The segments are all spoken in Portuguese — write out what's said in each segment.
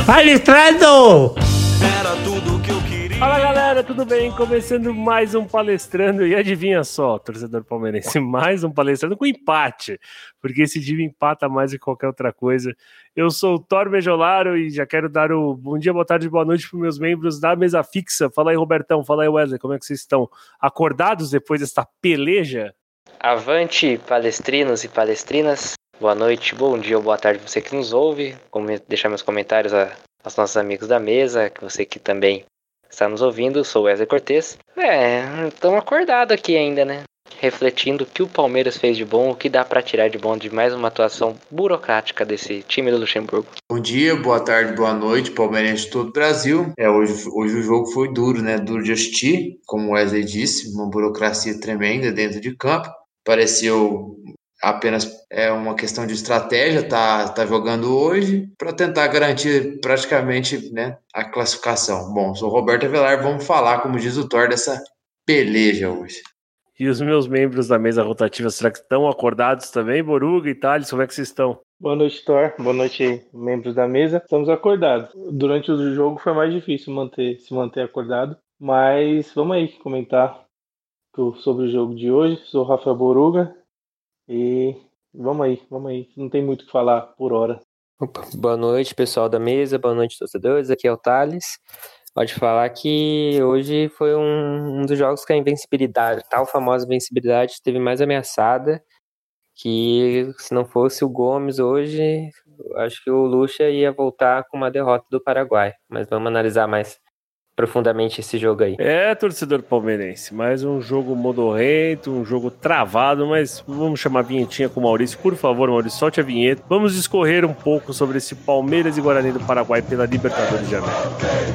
Palestrando! Era tudo que eu queria. Fala galera, tudo bem? Começando mais um Palestrando e adivinha só, torcedor palmeirense, mais um Palestrando com empate, porque esse time empata mais do que qualquer outra coisa. Eu sou o Thor Mejolaro e já quero dar o bom dia, boa tarde, boa noite para os meus membros da mesa fixa. Fala aí, Robertão, fala aí, Wesley, como é que vocês estão? Acordados depois desta peleja? Avante, palestrinos e palestrinas. Boa noite, bom dia ou boa tarde você que nos ouve. Deixar meus comentários aos nossos amigos da mesa, que você que também está nos ouvindo. Sou Wesley Cortez. Estamos acordados aqui ainda, né? Refletindo o que o Palmeiras fez de bom, o que dá para tirar de bom de mais uma atuação burocrática desse time do Luxemburgo. Bom dia, boa tarde, boa noite, palmeirense de todo o Brasil. Hoje o jogo foi duro, né? Duro de assistir, como o Wesley disse, uma burocracia tremenda dentro de campo. Pareceu apenas uma questão de estratégia, tá jogando hoje para tentar garantir praticamente, né, a classificação. Bom, sou o Roberto Avelar, vamos falar, como diz o Thor, dessa peleja hoje. E os meus membros da mesa rotativa, será que estão acordados também? Boruga e Thales, como é que vocês estão? Boa noite, Thor. Boa noite, membros da mesa. Estamos acordados. Durante o jogo foi mais difícil se manter acordado, mas vamos aí comentar sobre o jogo de hoje. Sou o Rafael Boruga e vamos aí. Não tem muito o que falar por hora. Opa. Boa noite, pessoal da mesa. Boa noite, torcedores. Aqui é o Thales. Pode falar que hoje foi um dos jogos que a invencibilidade, tal famosa invencibilidade, esteve mais ameaçada, que se não fosse o Gomes hoje, acho que o Lucha ia voltar com uma derrota do Paraguai. Mas vamos analisar mais profundamente esse jogo aí. Torcedor palmeirense, mais um jogo modorrento, um jogo travado, mas vamos chamar a vinhetinha com o Maurício. Por favor, Maurício, solte a vinheta. Vamos discorrer um pouco sobre esse Palmeiras e Guarani do Paraguai pela Libertadores de América.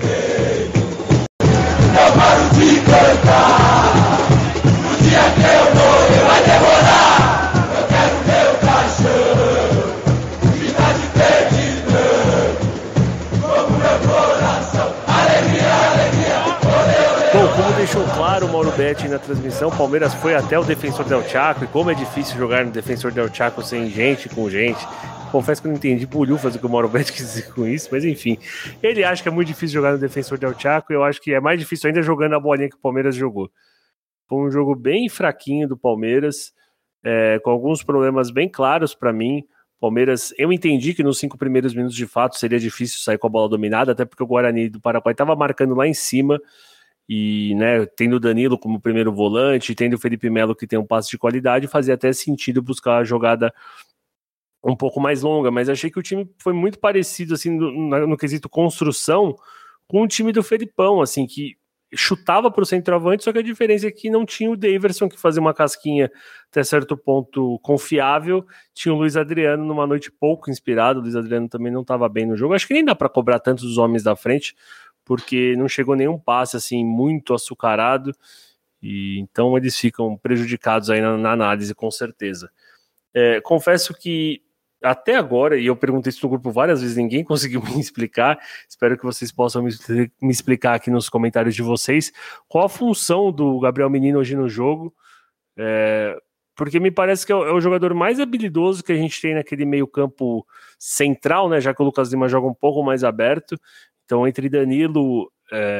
Eu paro de cantar. O dia que eu morrer vai demorar. Eu quero meu caixão. Vida de perdidão. Como meu coração. Alegria. Bom, como deixou claro o Mauro Betti na transmissão, o Palmeiras foi até o Defensor del Chaco, e como é difícil jogar no Defensor del Chaco sem gente, com gente. Confesso que eu não entendi bolhufas o que o Mauro Betti quis dizer com isso, mas enfim. Ele acha que é muito difícil jogar no Defensor del Chaco, e eu acho que é mais difícil ainda jogando a bolinha que o Palmeiras jogou. Foi um jogo bem fraquinho do Palmeiras, com alguns problemas bem claros para mim. Palmeiras, eu entendi que nos 5 primeiros minutos de fato seria difícil sair com a bola dominada, até porque o Guarani do Paraguai estava marcando lá em cima, e né, tendo o Danilo como primeiro volante, tendo o Felipe Melo que tem um passe de qualidade, fazia até sentido buscar a jogada um pouco mais longa, mas achei que o time foi muito parecido assim no quesito construção com o time do Felipão, assim, que chutava para o centroavante, só que a diferença é que não tinha o Daverson, que fazia uma casquinha até certo ponto confiável, tinha o Luiz Adriano numa noite pouco inspirado. O Luiz Adriano também não estava bem no jogo, acho que nem dá para cobrar tanto dos homens da frente, porque não chegou nenhum passe assim muito açucarado, e então eles ficam prejudicados aí na análise, com certeza. Confesso que até agora, e eu perguntei isso no grupo várias vezes, ninguém conseguiu me explicar, espero que vocês possam me explicar aqui nos comentários de vocês, qual a função do Gabriel Menino hoje no jogo, porque me parece que é o jogador mais habilidoso que a gente tem naquele meio campo central, né, já que o Lucas Lima joga um pouco mais aberto. Então entre Danilo,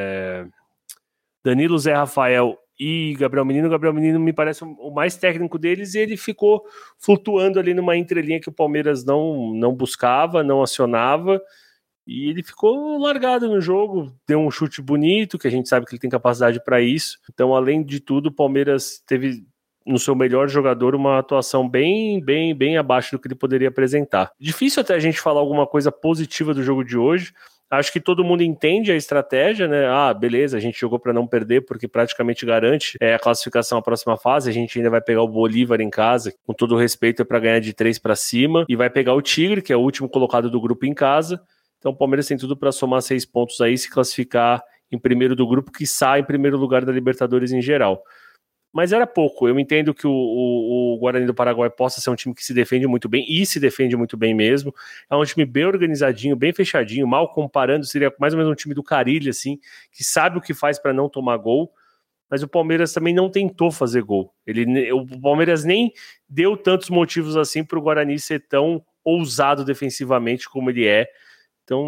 Zé Rafael e Gabriel Menino me parece o mais técnico deles, e ele ficou flutuando ali numa entrelinha que o Palmeiras não buscava, não acionava, e ele ficou largado no jogo, deu um chute bonito, que a gente sabe que ele tem capacidade para isso. Então, além de tudo, o Palmeiras teve no seu melhor jogador uma atuação bem abaixo do que ele poderia apresentar. Difícil até a gente falar alguma coisa positiva do jogo de hoje. Acho que todo mundo entende a estratégia, né? Beleza, a gente jogou para não perder, porque praticamente garante a classificação à próxima fase. A gente ainda vai pegar o Bolívar em casa, com todo o respeito, para ganhar de 3 para cima, e vai pegar o Tigre, que é o último colocado do grupo, em casa. Então o Palmeiras tem tudo para somar 6 pontos aí, se classificar em primeiro do grupo, que sai em primeiro lugar da Libertadores em geral. Mas era pouco. Eu entendo que o Guarani do Paraguai possa ser um time que se defende muito bem, e se defende muito bem mesmo. É um time bem organizadinho, bem fechadinho, mal comparando, seria mais ou menos um time do Carille, assim, que sabe o que faz para não tomar gol. Mas o Palmeiras também não tentou fazer gol. O Palmeiras nem deu tantos motivos assim para o Guarani ser tão ousado defensivamente como ele é. Então,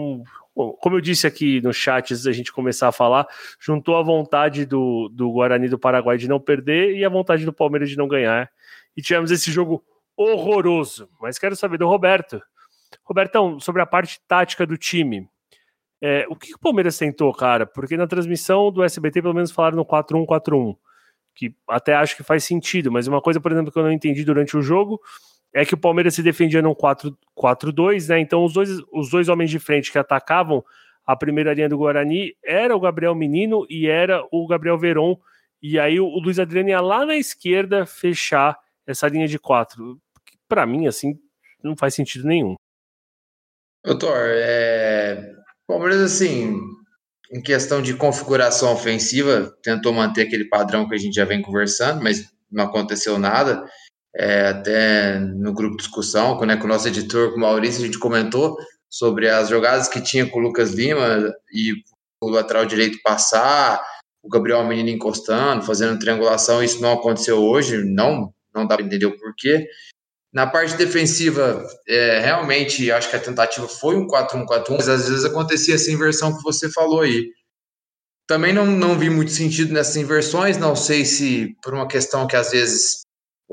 Bom, como eu disse aqui no chat, antes da gente começar a falar, juntou a vontade do Guarani do Paraguai de não perder e a vontade do Palmeiras de não ganhar. E tivemos esse jogo horroroso. Mas quero saber do Roberto. Robertão, sobre a parte tática do time. O que o Palmeiras tentou, cara? Porque na transmissão do SBT, pelo menos falaram no 4-1-4-1, que até acho que faz sentido, mas uma coisa, por exemplo, que eu não entendi durante o jogo é que o Palmeiras se defendia num 4-4-2, né? Então os dois homens de frente que atacavam a primeira linha do Guarani era o Gabriel Menino e era o Gabriel Veron, e aí o Luiz Adriano ia lá na esquerda fechar essa linha de 4. Para mim, assim, não faz sentido nenhum. Doutor, o Palmeiras, assim, em questão de configuração ofensiva, tentou manter aquele padrão que a gente já vem conversando, mas não aconteceu nada. Até no grupo de discussão, com o nosso editor, com o Maurício, a gente comentou sobre as jogadas que tinha com o Lucas Lima e o lateral direito passar, o Gabriel Menino encostando, fazendo triangulação. Isso não aconteceu hoje, não dá para entender o porquê. Na parte defensiva, realmente, acho que a tentativa foi um 4-1-4-1, mas às vezes acontecia essa inversão que você falou aí. Também não vi muito sentido nessas inversões, não sei se por uma questão que às vezes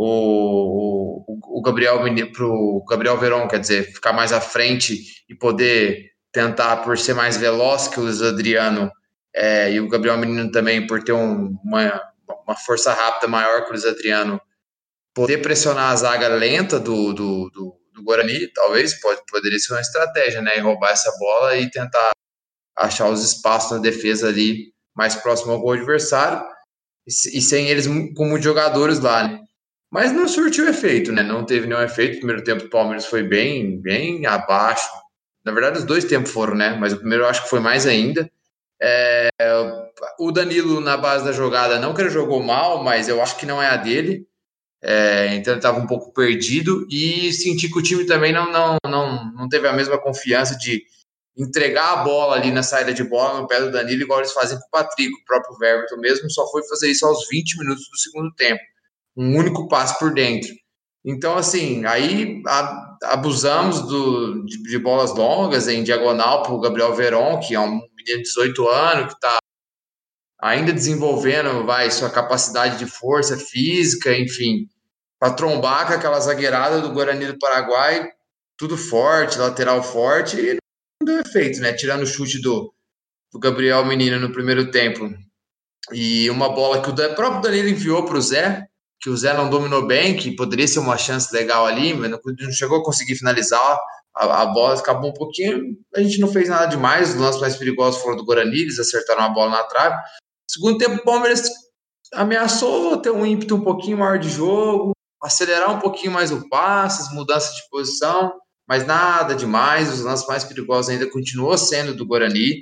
o Gabriel pro Gabriel Veron, quer dizer, ficar mais à frente e poder tentar, por ser mais veloz que o Luiz Adriano, e o Gabriel Menino também por ter uma força rápida maior que o Luiz Adriano, poder pressionar a zaga lenta do Guarani, talvez poderia ser uma estratégia, né? E roubar essa bola e tentar achar os espaços na defesa ali mais próximo ao gol adversário e sem eles como jogadores lá, né? Mas não surtiu efeito, né? Não teve nenhum efeito. O primeiro tempo do Palmeiras foi bem, bem abaixo. Na verdade, os dois tempos foram, né? Mas o primeiro eu acho que foi mais ainda. O Danilo, na base da jogada, não que ele jogou mal, mas eu acho que não é a dele. Então ele estava um pouco perdido e senti que o time também não teve a mesma confiança de entregar a bola ali na saída de bola no pé do Danilo, igual eles fazem com o Patrick. O próprio Everton mesmo só foi fazer isso aos 20 minutos do segundo tempo. Um único passe por dentro. Então, assim, aí abusamos de bolas longas em diagonal para o Gabriel Veron, que é um menino de 18 anos, que está ainda desenvolvendo sua capacidade de força física, enfim, para trombar com aquela zagueirada do Guarani do Paraguai, tudo forte, lateral forte, e não deu efeito, né? Tirando o chute do Gabriel Menino no primeiro tempo. E uma bola que o próprio Danilo enviou para o Zé, que o Zé não dominou bem, que poderia ser uma chance legal ali, mas não chegou a conseguir finalizar. A bola acabou um pouquinho, a gente não fez nada demais. Os lances mais perigosos foram do Guarani, eles acertaram a bola na trave. Segundo tempo, o Palmeiras ameaçou ter um ímpeto um pouquinho maior de jogo, acelerar um pouquinho mais o passe, mudança de posição, mas nada demais. Os lances mais perigosos ainda continuou sendo do Guarani.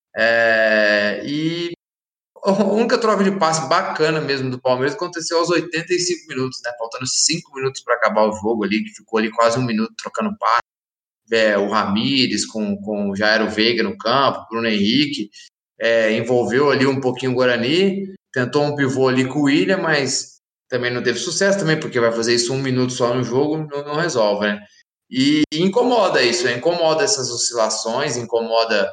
E a única troca de passe bacana mesmo do Palmeiras aconteceu aos 85 minutos, né? Faltando 5 minutos para acabar o jogo ali, que ficou ali quase um minuto trocando passe. O Ramires já era o Veiga no campo, Bruno Henrique, envolveu ali um pouquinho o Guarani, tentou um pivô ali com o William, mas também não teve sucesso também, porque vai fazer isso um minuto só no jogo, não resolve, né? E incomoda isso, incomoda essas oscilações, incomoda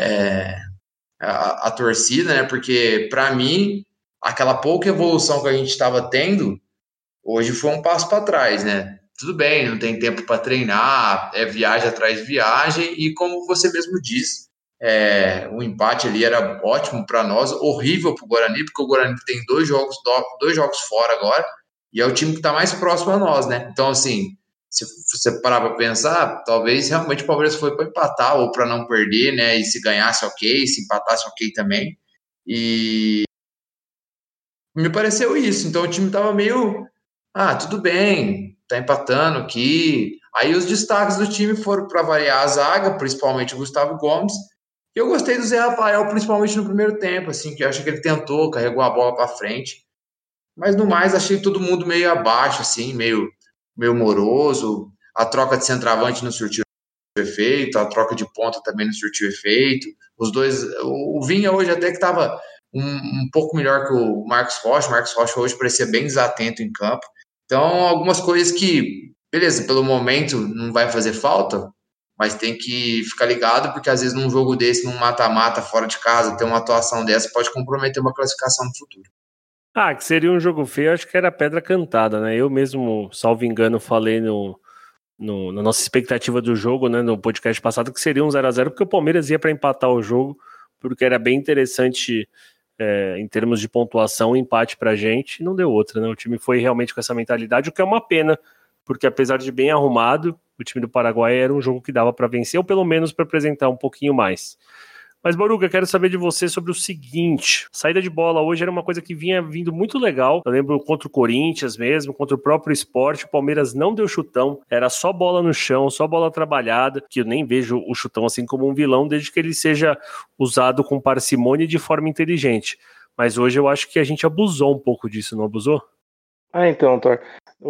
a torcida, né? Porque, para mim, aquela pouca evolução que a gente estava tendo, hoje foi um passo para trás, né? Tudo bem, não tem tempo para treinar, viagem atrás de viagem, e como você mesmo disse, o empate ali era ótimo para nós, horrível para o Guarani, porque o Guarani tem dois jogos fora agora, e é o time que está mais próximo a nós, né? Então, assim, se você parar para pensar, talvez realmente o Palmeiras foi para empatar ou para não perder, né? E se ganhasse, ok, se empatasse, ok também. E me pareceu isso. Então o time estava meio, tudo bem, tá empatando aqui. Aí os destaques do time foram para variar a zaga, principalmente o Gustavo Gomes. E eu gostei do Zé Rafael, principalmente no primeiro tempo, assim, que eu achei que ele tentou, carregou a bola para frente. Mas no mais, achei todo mundo meio abaixo, assim, meio moroso. A troca de centroavante não surtiu efeito, a troca de ponta também não surtiu efeito. Os dois, o Vinha hoje até que estava um pouco melhor que o Marcos Rocha. O Marcos Rocha hoje parecia bem desatento em campo. Então, algumas coisas que, beleza, pelo momento não vai fazer falta, mas tem que ficar ligado, porque às vezes num jogo desse, num mata-mata, fora de casa, ter uma atuação dessa pode comprometer uma classificação no futuro. Que seria um jogo feio, acho que era pedra cantada, né? Eu mesmo, salvo engano, falei na nossa expectativa do jogo, né, no podcast passado, que seria um 0x0, porque o Palmeiras ia para empatar o jogo, porque era bem interessante em termos de pontuação, o empate pra gente, e não deu outra, né? O time foi realmente com essa mentalidade, o que é uma pena, porque apesar de bem arrumado, o time do Paraguai era um jogo que dava para vencer, ou pelo menos para apresentar um pouquinho mais. Mas, Boruga, quero saber de você sobre o seguinte. Saída de bola hoje era uma coisa que vinha vindo muito legal. Eu lembro contra o Corinthians mesmo, contra o próprio Sport, o Palmeiras não deu chutão, era só bola no chão, só bola trabalhada, que eu nem vejo o chutão assim como um vilão, desde que ele seja usado com parcimônia e de forma inteligente. Mas hoje eu acho que a gente abusou um pouco disso, não abusou? Então, Thor,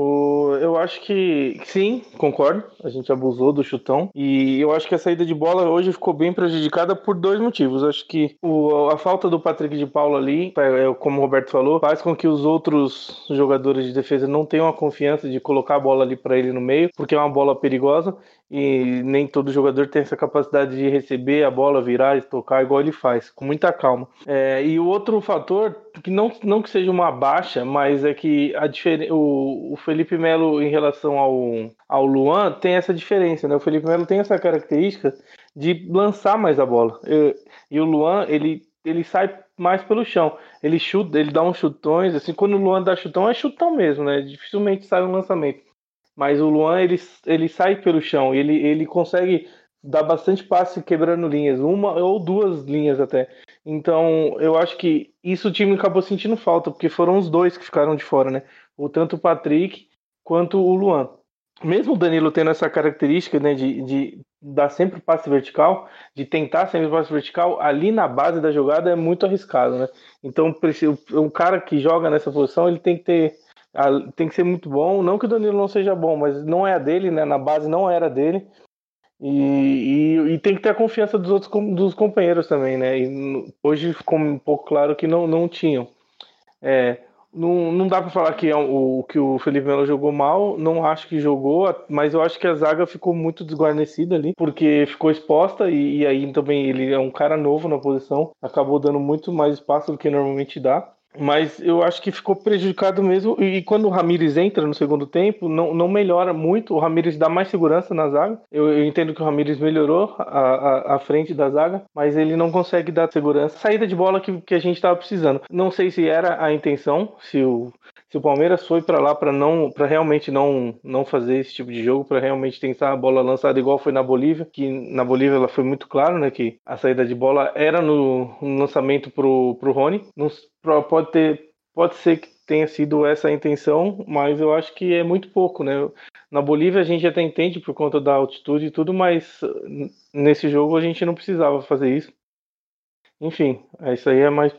eu acho que sim, concordo. A gente abusou do chutão. E eu acho que a saída de bola hoje ficou bem prejudicada por dois motivos. Acho que a falta do Patrick de Paula ali, como o Roberto falou, faz com que os outros jogadores de defesa não tenham a confiança de colocar a bola ali para ele no meio, porque é uma bola perigosa. E nem todo jogador tem essa capacidade de receber a bola, virar e tocar igual ele faz, com muita calma. E o outro fator, que não que seja uma baixa, mas é que o Felipe Melo em relação ao Luan tem essa diferença, né? O Felipe Melo tem essa característica de lançar mais a bola. E o Luan, ele sai mais pelo chão. Ele chuta, ele dá uns chutões, assim, quando o Luan dá chutão, é chutão mesmo, né? Dificilmente sai um lançamento. Mas o Luan, ele sai pelo chão, ele consegue dar bastante passe quebrando linhas, uma ou duas linhas até. Então, eu acho que isso o time acabou sentindo falta, porque foram os dois que ficaram de fora, né? Tanto o Patrick quanto o Luan. Mesmo o Danilo tendo essa característica, né, de dar sempre passe vertical, de tentar sempre passe vertical, ali na base da jogada é muito arriscado, né? Então, um cara que joga nessa posição, ele tem que ser muito bom. Não que o Danilo não seja bom, mas não é a dele, né? Na base não era dele. E tem que ter a confiança dos companheiros também, né? E hoje ficou um pouco claro que não tinham. Não dá para falar que o Felipe Melo jogou mal, não acho que jogou, mas eu acho que a zaga ficou muito desguarnecida ali, porque ficou exposta e aí também ele é um cara novo na posição, acabou dando muito mais espaço do que normalmente dá. Mas eu acho que ficou prejudicado mesmo. E quando o Ramires entra no segundo tempo, não melhora muito. O Ramires dá mais segurança na zaga. Eu entendo que o Ramires melhorou a frente da zaga, mas ele não consegue dar segurança. Saída de bola que a gente estava precisando. Não sei se era a intenção, se o Palmeiras foi para lá para realmente não fazer esse tipo de jogo, para realmente tentar a bola lançada igual foi na Bolívia, que na Bolívia ela foi muito claro, né, que a saída de bola era no lançamento pro Rony. Pode ser que tenha sido essa a intenção, mas eu acho que é muito pouco, né? Na Bolívia a gente até entende por conta da altitude e tudo, mas nesse jogo a gente não precisava fazer isso. Enfim, isso aí é mais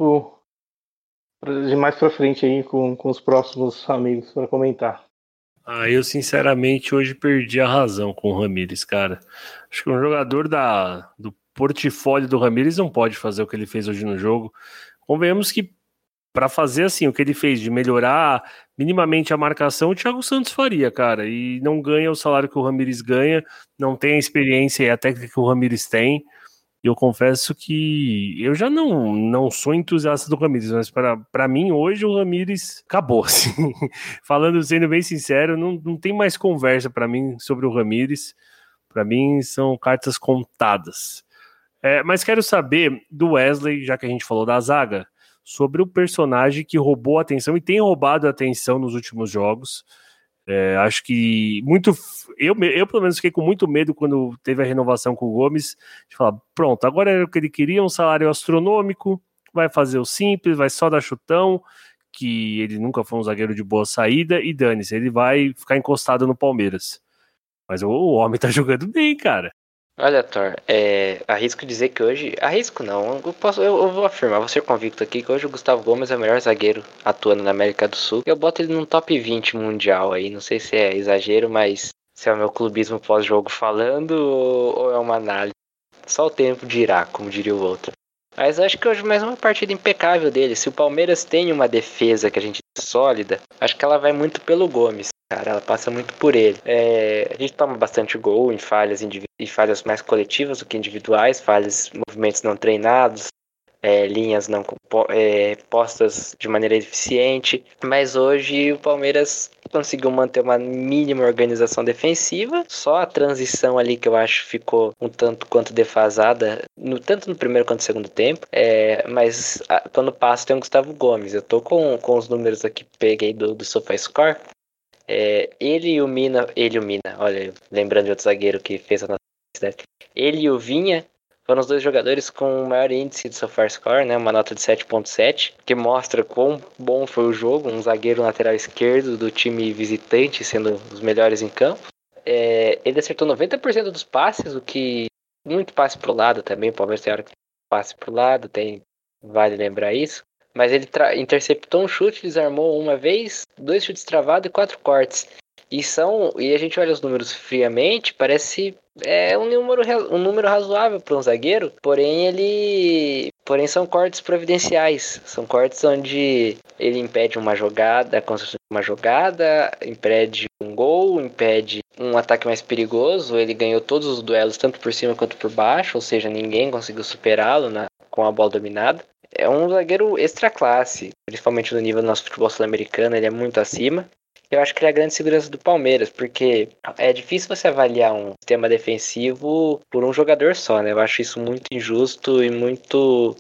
pra frente aí com os próximos amigos para comentar. Eu sinceramente hoje perdi a razão com o Ramires, cara. Acho que um jogador do portfólio do Ramires não pode fazer o que ele fez hoje no jogo. Convenhamos que para fazer assim, o que ele fez de melhorar minimamente a marcação, o Thiago Santos faria, cara, e não ganha o salário que o Ramires ganha, não tem a experiência e a técnica que o Ramires tem. E eu confesso que eu já não sou entusiasta do Ramires, mas para mim hoje o Ramires acabou, assim. Sendo bem sincero, não tem mais conversa para mim sobre o Ramires. Para mim são cartas contadas. Mas quero saber do Wesley, já que a gente falou da zaga, sobre o personagem que roubou a atenção e tem roubado a atenção nos últimos jogos. Acho que eu pelo menos fiquei com muito medo quando teve a renovação com o Gomes, de falar, pronto, agora era o que ele queria, um salário astronômico, vai fazer o simples, vai só dar chutão, que ele nunca foi um zagueiro de boa saída, e dane-se, ele vai ficar encostado no Palmeiras. Mas o homem tá jogando bem, cara. Olha, Thor, arrisco dizer que hoje... Arrisco não, eu vou afirmar, vou ser convicto aqui que hoje o Gustavo Gomes é o melhor zagueiro atuando na América do Sul. Eu boto ele num top 20 mundial aí, não sei se é exagero, mas se é o meu clubismo pós-jogo falando ou é uma análise. Só o tempo dirá, como diria o outro. Mas acho que hoje mais uma partida impecável dele. Se o Palmeiras tem uma defesa que a gente é sólida, acho que ela vai muito pelo Gomes. cara, ela passa muito por ele. A gente toma bastante gol em falhas mais coletivas do que individuais, movimentos não treinados, linhas não postas de maneira eficiente, mas hoje o Palmeiras conseguiu manter uma mínima organização defensiva, só a transição ali que eu acho ficou um tanto quanto defasada, tanto no primeiro quanto no segundo tempo, mas quando passa tem o Gustavo Gomes, eu tô com os números aqui, peguei do SofaScore, ele e o Mina, olha, lembrando de outro zagueiro que fez a nossa cidade, ele e o Vinha foram os dois jogadores com o maior índice de SofaScore, né? Uma nota de 7.7, que mostra quão bom foi o jogo. Um zagueiro lateral esquerdo do time visitante sendo os melhores em campo. Ele acertou 90% dos passes, o que muito passe pro lado também. O Palmeiras tem hora que passe pro lado, vale lembrar isso. Mas ele interceptou um chute, desarmou uma vez, 2 chutes travados e 4 cortes. E a gente olha os números friamente, parece um número razoável para um zagueiro, porém são cortes providenciais, são cortes onde ele impede uma jogada, a construção de uma jogada, impede um gol, impede um ataque mais perigoso. Ele ganhou todos os duelos, tanto por cima quanto por baixo, ou seja, ninguém conseguiu superá-lo com a bola dominada. É um zagueiro extra classe, principalmente no nível do nosso futebol sul-americano, ele é muito acima. Eu acho que ele é a grande segurança do Palmeiras, porque é difícil você avaliar um sistema defensivo por um jogador só, né? Eu acho isso muito injusto e muito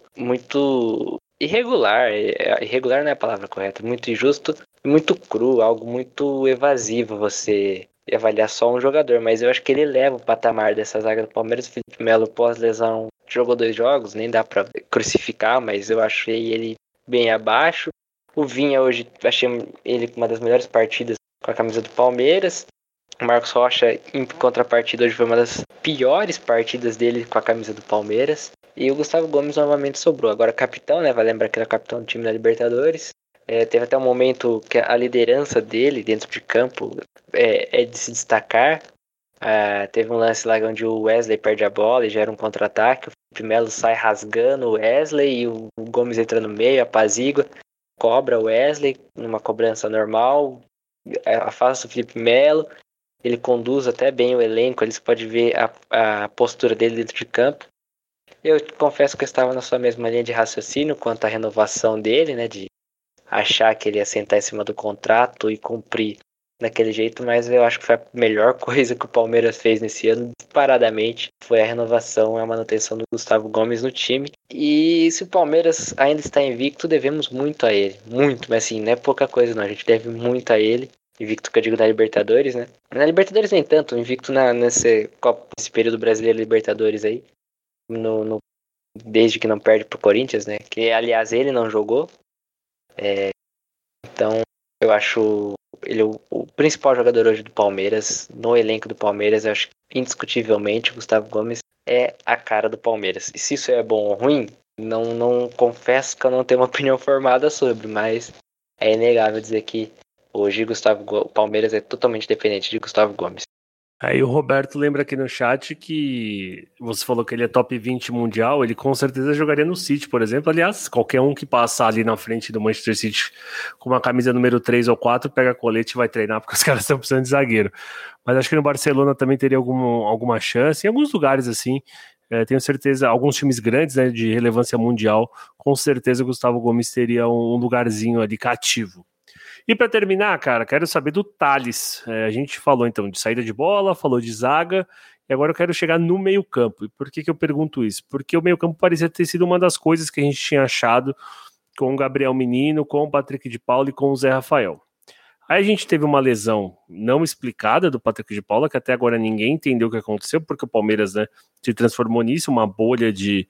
irregular. Irregular não é a palavra correta. Muito injusto e muito cru, algo muito evasivo você avaliar só um jogador. Mas eu acho que ele eleva o patamar dessa zaga do Palmeiras. O Felipe Melo, pós-lesão, jogou 2 jogos, nem dá pra crucificar, mas eu achei ele bem abaixo. O Vinha hoje, achei ele com uma das melhores partidas com a camisa do Palmeiras. O Marcos Rocha, em contrapartida, hoje foi uma das piores partidas dele com a camisa do Palmeiras. E o Gustavo Gomes novamente sobrou. Agora capitão, né? Vai lembrar que ele é capitão do time da Libertadores. Teve até um momento que a liderança dele dentro de campo é de se destacar. Teve um lance lá onde o Wesley perde a bola e gera um contra-ataque. O Felipe Melo sai rasgando o Wesley e o Gomes entra no meio, apazigua. Cobra o Wesley numa cobrança normal, afasta o Felipe Melo, ele conduz até bem o elenco, eles podem ver a postura dele dentro de campo. Eu confesso que eu estava na sua mesma linha de raciocínio quanto à renovação dele, né, de achar que ele ia sentar em cima do contrato e cumprir daquele jeito, mas eu acho que foi a melhor coisa que o Palmeiras fez nesse ano, disparadamente, foi a renovação e a manutenção do Gustavo Gomes no time. E se o Palmeiras ainda está invicto, devemos muito a ele, muito, mas assim, não é pouca coisa não, a gente deve muito a ele, invicto que eu digo na Libertadores, né? Na Libertadores nem tanto, invicto nesse período brasileiro Libertadores aí, desde que não perde pro Corinthians, né? Que aliás ele não jogou, então eu acho ele o principal jogador hoje do Palmeiras, no elenco do Palmeiras. Eu acho que indiscutivelmente o Gustavo Gomes é a cara do Palmeiras. E se isso é bom ou ruim, não confesso que eu não tenho uma opinião formada sobre, mas é inegável dizer que hoje o Palmeiras é totalmente dependente de Gustavo Gomes. Aí o Roberto lembra aqui no chat que você falou que ele é top 20 mundial, ele com certeza jogaria no City, por exemplo. Aliás, qualquer um que passar ali na frente do Manchester City com uma camisa número 3 ou 4, pega colete e vai treinar, porque os caras estão precisando de zagueiro. Mas acho que no Barcelona também teria alguma chance, em alguns lugares assim, tenho certeza, alguns times grandes, né, de relevância mundial, com certeza o Gustavo Gomes teria um lugarzinho ali cativo. E para terminar, cara, quero saber do Thales. A gente falou então de saída de bola, falou de zaga, e agora eu quero chegar no meio-campo. E por que eu pergunto isso? Porque o meio-campo parecia ter sido uma das coisas que a gente tinha achado com o Gabriel Menino, com o Patrick de Paula e com o Zé Rafael. Aí a gente teve uma lesão não explicada do Patrick de Paula, que até agora ninguém entendeu o que aconteceu, porque o Palmeiras, né, se transformou nisso, uma bolha de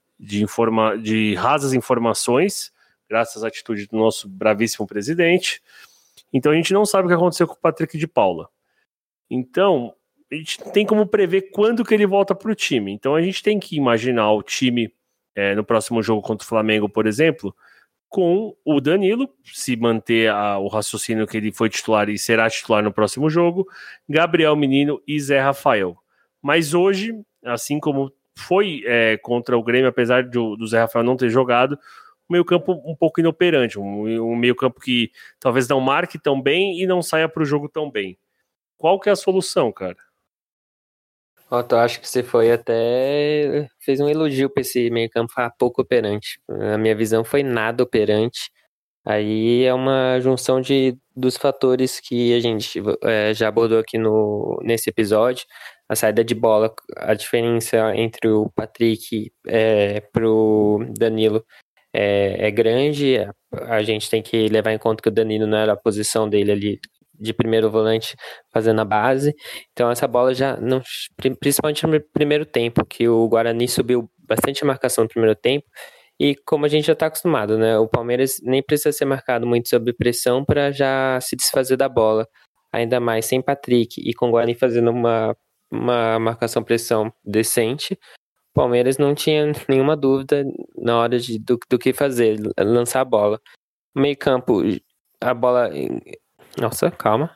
rasas informações, graças à atitude do nosso bravíssimo presidente. Então a gente não sabe o que aconteceu com o Patrick de Paula. Então, a gente tem como prever quando que ele volta para o time. Então a gente tem que imaginar o time no próximo jogo contra o Flamengo, por exemplo, com o Danilo, se manter o raciocínio que ele foi titular e será titular no próximo jogo, Gabriel Menino e Zé Rafael. Mas hoje, assim como foi contra o Grêmio, apesar do Zé Rafael não ter jogado, meio-campo um pouco inoperante, um meio-campo que talvez não marque tão bem e não saia para o jogo tão bem. Qual que é a solução, cara? Eu acho que você fez um elogio para esse meio-campo pouco operante. A minha visão foi nada operante. Aí é uma junção dos fatores que a gente já abordou aqui nesse episódio. A saída de bola, a diferença entre o Patrick pro Danilo é grande. A gente tem que levar em conta que o Danilo não era a posição dele ali de primeiro volante fazendo a base. Então essa bola já não, principalmente no primeiro tempo, que o Guarani subiu bastante a marcação no primeiro tempo. E como a gente já está acostumado, né? O Palmeiras nem precisa ser marcado muito sob pressão para já se desfazer da bola. Ainda mais sem Patrick e com o Guarani fazendo uma marcação-pressão decente. O Palmeiras não tinha nenhuma dúvida na hora do que fazer, lançar a bola. Meio campo, a bola... Nossa, calma.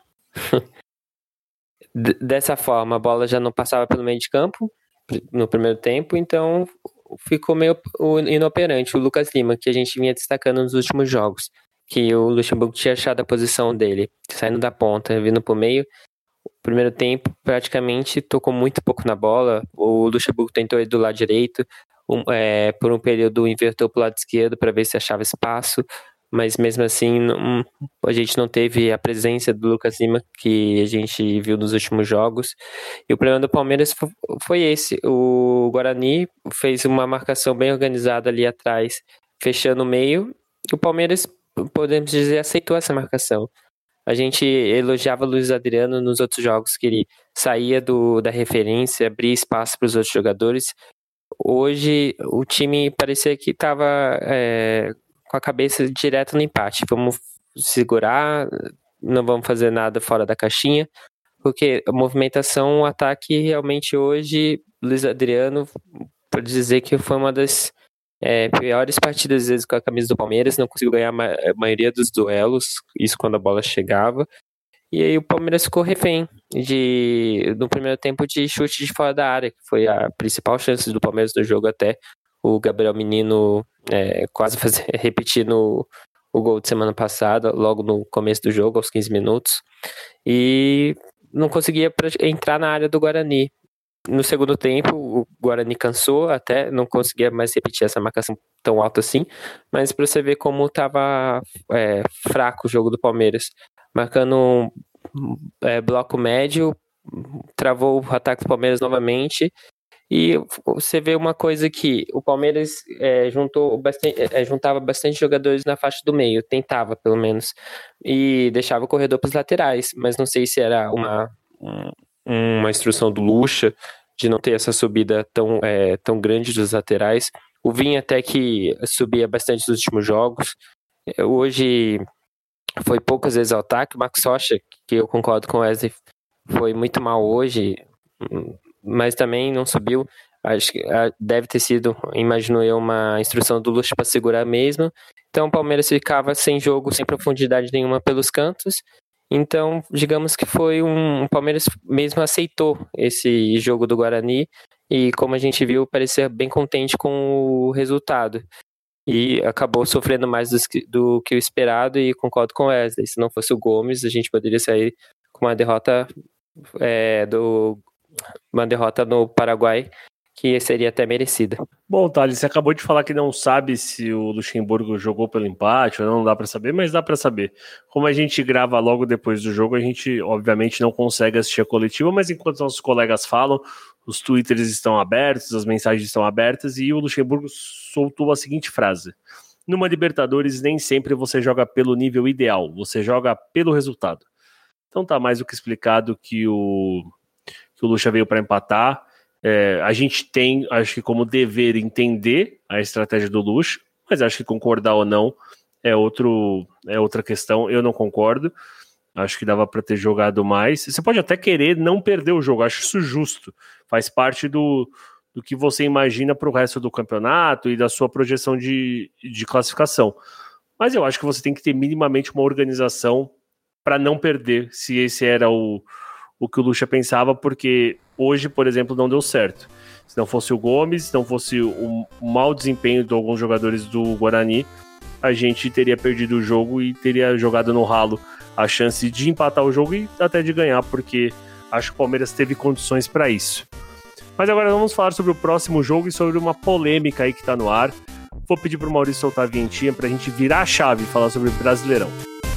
Dessa forma, a bola já não passava pelo meio de campo no primeiro tempo, então ficou meio inoperante. O Lucas Lima, que a gente vinha destacando nos últimos jogos, que o Luxemburgo tinha achado a posição dele, saindo da ponta, vindo pro meio. Primeiro tempo, praticamente tocou muito pouco na bola. O Luxemburgo tentou ir do lado direito, por um período inverteu pro lado esquerdo para ver se achava espaço, mas mesmo assim a gente não teve a presença do Lucas Lima que a gente viu nos últimos jogos. E o problema do Palmeiras foi esse. O Guarani fez uma marcação bem organizada ali atrás, fechando o meio, e o Palmeiras, podemos dizer, aceitou essa marcação. A gente elogiava o Luiz Adriano nos outros jogos, que ele saía da referência, abria espaço para os outros jogadores. Hoje o time parecia que estava com a cabeça direto no empate. Vamos segurar, não vamos fazer nada fora da caixinha, porque a movimentação, o ataque realmente hoje, Luiz Adriano, pode dizer que foi uma das piores partidas às vezes com a camisa do Palmeiras, não conseguiu ganhar a maioria dos duelos, isso quando a bola chegava, e aí o Palmeiras ficou refém no primeiro tempo de chute de fora da área, que foi a principal chance do Palmeiras no jogo, até o Gabriel Menino quase repetindo o gol de semana passada, logo no começo do jogo, aos 15 minutos, e não conseguia entrar na área do Guarani. No segundo tempo, o Guarani cansou, até não conseguia mais repetir essa marcação tão alta assim, mas para você ver como estava fraco o jogo do Palmeiras, marcando bloco médio, travou o ataque do Palmeiras novamente, e você vê uma coisa que o Palmeiras juntava bastante jogadores na faixa do meio, tentava pelo menos, e deixava o corredor para os laterais, mas não sei se era uma instrução do Lucha de não ter essa subida tão grande dos laterais. O Vinha até que subia bastante nos últimos jogos. Hoje foi poucas vezes ao ataque. O Marcos Rocha, que eu concordo com o Wesley, foi muito mal hoje, mas também não subiu. Acho que deve ter sido, imagino eu, uma instrução do Lucha para segurar mesmo. Então o Palmeiras ficava sem jogo, sem profundidade nenhuma pelos cantos. Então, digamos que foi o Palmeiras mesmo aceitou esse jogo do Guarani e, como a gente viu, parecia bem contente com o resultado. E acabou sofrendo mais do que o esperado, e concordo com o Wesley. Se não fosse o Gomes, a gente poderia sair com uma derrota no Paraguai, que seria até merecida. Bom, Thales, você acabou de falar que não sabe se o Luxemburgo jogou pelo empate ou não dá para saber, mas dá para saber. Como a gente grava logo depois do jogo, a gente obviamente não consegue assistir a coletiva, mas enquanto nossos colegas falam, os twitters estão abertos, as mensagens estão abertas, e o Luxemburgo soltou a seguinte frase: numa Libertadores nem sempre você joga pelo nível ideal, você joga pelo resultado. Então tá mais do que explicado que o Lucha veio para empatar. A gente tem, acho que como dever, entender a estratégia do Lucha, mas acho que concordar ou não é outra questão. Eu não concordo, acho que dava para ter jogado mais. Você pode até querer não perder o jogo, acho isso justo, faz parte do que você imagina para o resto do campeonato e da sua projeção de classificação, mas eu acho que você tem que ter minimamente uma organização para não perder, se esse era o o que o Lucha pensava, porque hoje, por exemplo, não deu certo. Se não fosse o Gomes, se não fosse o mau desempenho de alguns jogadores do Guarani, a gente teria perdido o jogo e teria jogado no ralo a chance de empatar o jogo e até de ganhar, porque acho que o Palmeiras teve condições para isso. Mas agora vamos falar sobre o próximo jogo e sobre uma polêmica aí que tá no ar. Vou pedir pro Maurício soltar a vinhetinha pra gente virar a chave e falar sobre o Brasileirão.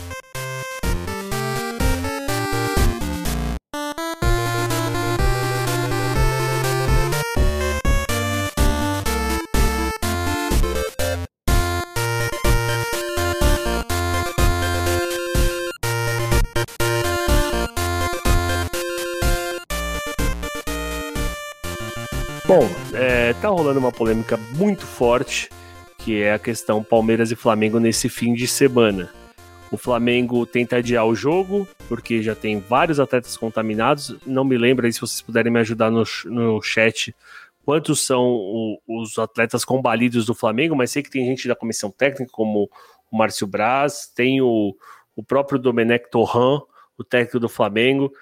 Bom, tá rolando uma polêmica muito forte, que é a questão Palmeiras e Flamengo nesse fim de semana. O Flamengo tenta adiar o jogo, porque já tem vários atletas contaminados. Não me lembro aí, se vocês puderem me ajudar no chat, quantos são os atletas combalidos do Flamengo, mas sei que tem gente da comissão técnica, como o Márcio Braz, tem o próprio Domenech Torrent, o técnico do Flamengo.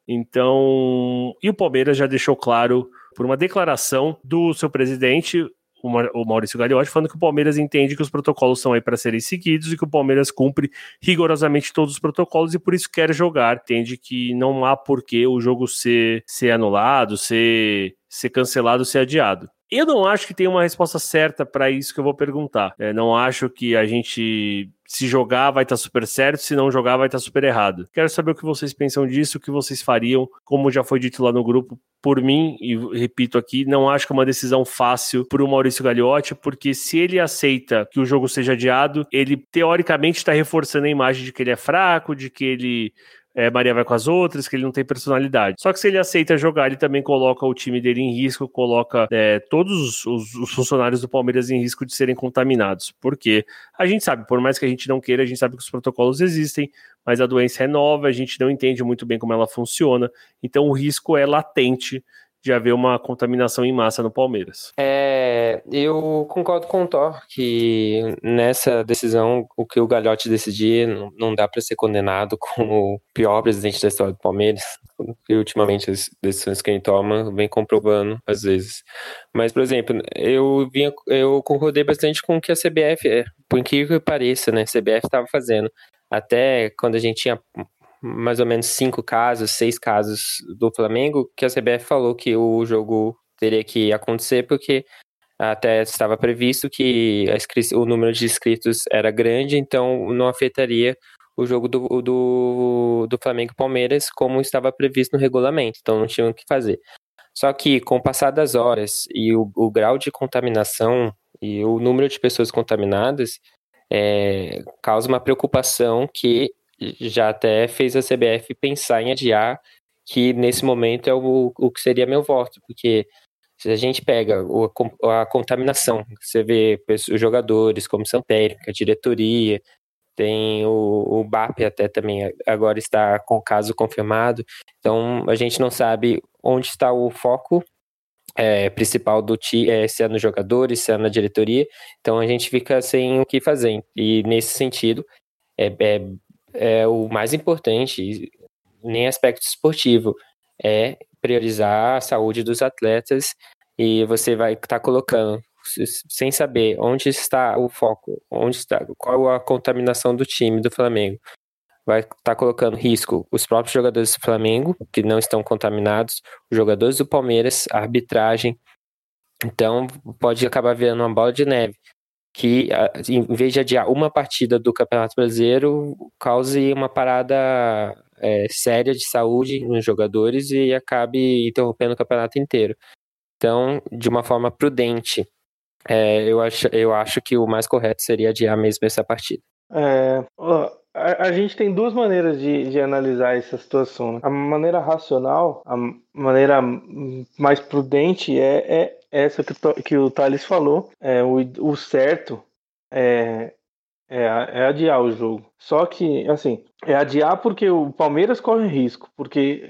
Então, e o Palmeiras já deixou claro, por uma declaração do seu presidente, o Maurício Gagliotti, falando que o Palmeiras entende que os protocolos são aí para serem seguidos e que o Palmeiras cumpre rigorosamente todos os protocolos e por isso quer jogar. Entende que não há porquê o jogo ser anulado, ser cancelado, ser adiado. Eu não acho que tem uma resposta certa para isso que eu vou perguntar. Não acho que a gente, se jogar, vai estar super certo, se não jogar, vai estar super errado. Quero saber o que vocês pensam disso, o que vocês fariam, como já foi dito lá no grupo. Por mim, e repito aqui, não acho que é uma decisão fácil para o Maurício Gagliotti, porque se ele aceita que o jogo seja adiado, ele teoricamente está reforçando a imagem de que ele é fraco, de que ele Maria vai com as outras, que ele não tem personalidade. Só que se ele aceita jogar, ele também coloca o time dele em risco, coloca todos os funcionários do Palmeiras em risco de serem contaminados. Porque a gente sabe, por mais que a gente não queira, a gente sabe que os protocolos existem, mas a doença é nova, a gente não entende muito bem como ela funciona, então o risco é latente de haver uma contaminação em massa no Palmeiras. Eu concordo com o Thor que nessa decisão, o que o Gagliotti decidir não dá para ser condenado como o pior presidente da história do Palmeiras, e ultimamente as decisões que ele toma vem comprovando às vezes. Mas, por exemplo, eu concordei bastante com o que a CBF, por incrível que pareça, né, a CBF estava fazendo. Até quando a gente tinha mais ou menos 5 casos, 6 casos do Flamengo, que a CBF falou que o jogo teria que acontecer porque até estava previsto que o número de inscritos era grande, então não afetaria o jogo do Flamengo e Palmeiras como estava previsto no regulamento, então não tinham o que fazer. Só que com o passar das horas e o grau de contaminação e o número de pessoas contaminadas causa uma preocupação que já até fez a CBF pensar em adiar, que nesse momento é o que seria meu voto, porque se a gente pega a contaminação, você vê os jogadores, comissão técnica, diretoria, tem o BAP até também agora está com o caso confirmado, então a gente não sabe onde está o foco principal do time, se é nos jogadores, se é na diretoria, então a gente fica sem o que fazer, e nesse sentido o mais importante, nem aspecto esportivo, é priorizar a saúde dos atletas, e você vai estar colocando, sem saber onde está o foco, qual a contaminação do time do Flamengo, vai estar colocando em risco os próprios jogadores do Flamengo, que não estão contaminados, os jogadores do Palmeiras, a arbitragem, então pode acabar virando uma bola de neve, que em vez de adiar uma partida do Campeonato Brasileiro, cause uma parada séria de saúde nos jogadores e acabe interrompendo o campeonato inteiro. Então, de uma forma prudente, eu acho que o mais correto seria adiar mesmo essa partida. A gente tem duas maneiras de analisar essa situação, né? A maneira racional, a maneira mais prudente é essa que o Thales falou. O certo é adiar o jogo. Só que, assim, é adiar porque o Palmeiras corre risco, porque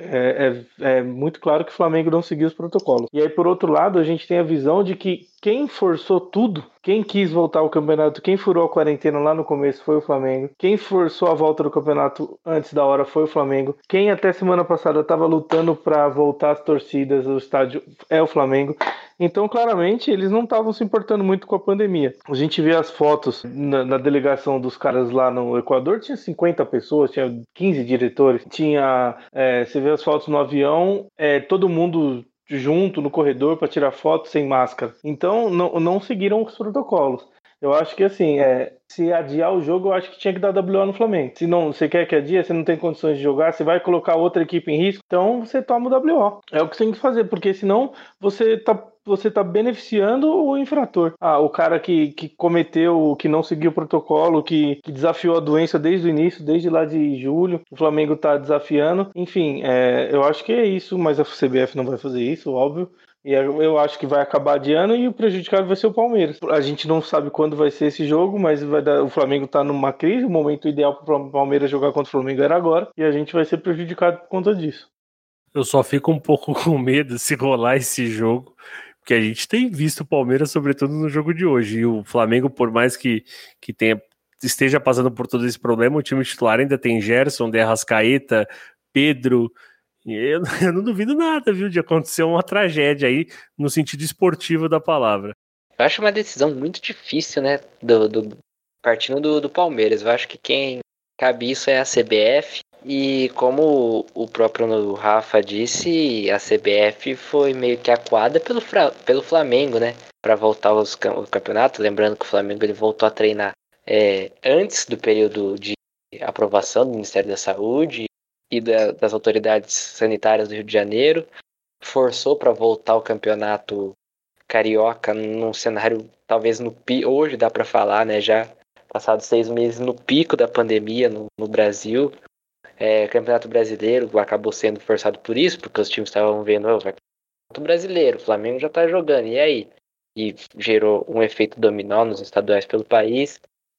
é muito claro que o Flamengo não seguiu os protocolos. E aí, por outro lado, a gente tem a visão de que quem forçou tudo, quem quis voltar ao campeonato, quem furou a quarentena lá no começo foi o Flamengo, quem forçou a volta do campeonato antes da hora foi o Flamengo, quem até semana passada estava lutando para voltar as torcidas ao estádio é o Flamengo. Então, claramente, eles não estavam se importando muito com a pandemia. A gente vê as fotos na delegação dos caras lá no Equador, tinha 50 pessoas, tinha 15 diretores, você vê as fotos no avião, todo mundo junto no corredor para tirar foto sem máscara. Então, não seguiram os protocolos. Eu acho que, assim, se adiar o jogo, eu acho que tinha que dar WO no Flamengo. Se não, você quer que adie, você não tem condições de jogar, você vai colocar outra equipe em risco, então você toma o WO. É o que você tem que fazer, porque senão você tá beneficiando o infrator. O cara que cometeu, que não seguiu o protocolo, que desafiou a doença desde o início, desde lá de julho, o Flamengo tá desafiando. Enfim, eu acho que é isso, mas a CBF não vai fazer isso, óbvio. E eu acho que vai acabar adiando e o prejudicado vai ser o Palmeiras. A gente não sabe quando vai ser esse jogo, mas o Flamengo tá numa crise, o momento ideal para o Palmeiras jogar contra o Flamengo era agora, e a gente vai ser prejudicado por conta disso. Eu só fico um pouco com medo se rolar esse jogo, porque a gente tem visto o Palmeiras, sobretudo no jogo de hoje, e o Flamengo, por mais que esteja passando por todo esse problema, o time titular ainda tem Gerson, De Arrascaeta, Pedro. Eu não duvido nada, viu, de acontecer uma tragédia aí no sentido esportivo da palavra. Eu acho uma decisão muito difícil, né? Partindo do Palmeiras. Eu acho que quem cabe isso é a CBF. E como o próprio Rafa disse, a CBF foi meio que acuada pelo Flamengo, né? Para voltar ao campeonato. Lembrando que o Flamengo ele voltou a treinar antes do período de aprovação do Ministério da Saúde e das autoridades sanitárias do Rio de Janeiro. Forçou para voltar ao campeonato carioca num cenário, talvez hoje dá para falar, né? Já passados 6 meses no pico da pandemia no Brasil. Campeonato Brasileiro acabou sendo forçado por isso, porque os times estavam vendo, vai Campeonato Brasileiro, o Flamengo já tá jogando, e aí? E gerou um efeito dominó nos estaduais pelo país.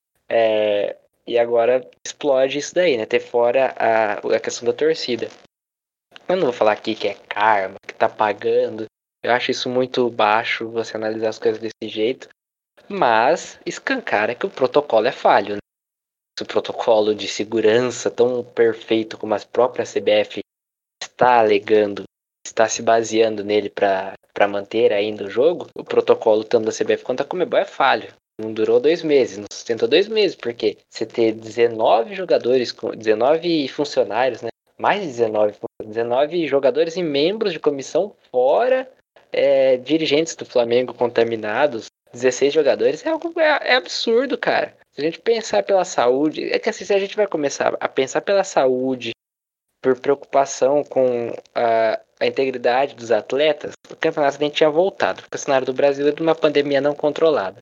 E agora explode isso daí, né? Ter fora a questão da torcida. Eu não vou falar aqui que é karma, que tá pagando. Eu acho isso muito baixo, você analisar as coisas desse jeito. Mas escancara que o protocolo é falho, né? O protocolo de segurança tão perfeito como a própria CBF está alegando, está se baseando nele para manter ainda o jogo, o protocolo tanto da CBF quanto da Conmebol é falho. Não durou 2 meses, não sustentou 2 meses, porque você ter 19 jogadores, 19 funcionários, né? Mais de 19 jogadores e membros de comissão, fora dirigentes do Flamengo contaminados, 16 jogadores, é absurdo, cara. Se a gente pensar pela saúde, é que assim, se a gente vai começar a pensar pela saúde, por preocupação com a integridade dos atletas, o campeonato nem tinha voltado, porque o cenário do Brasil é de uma pandemia não controlada.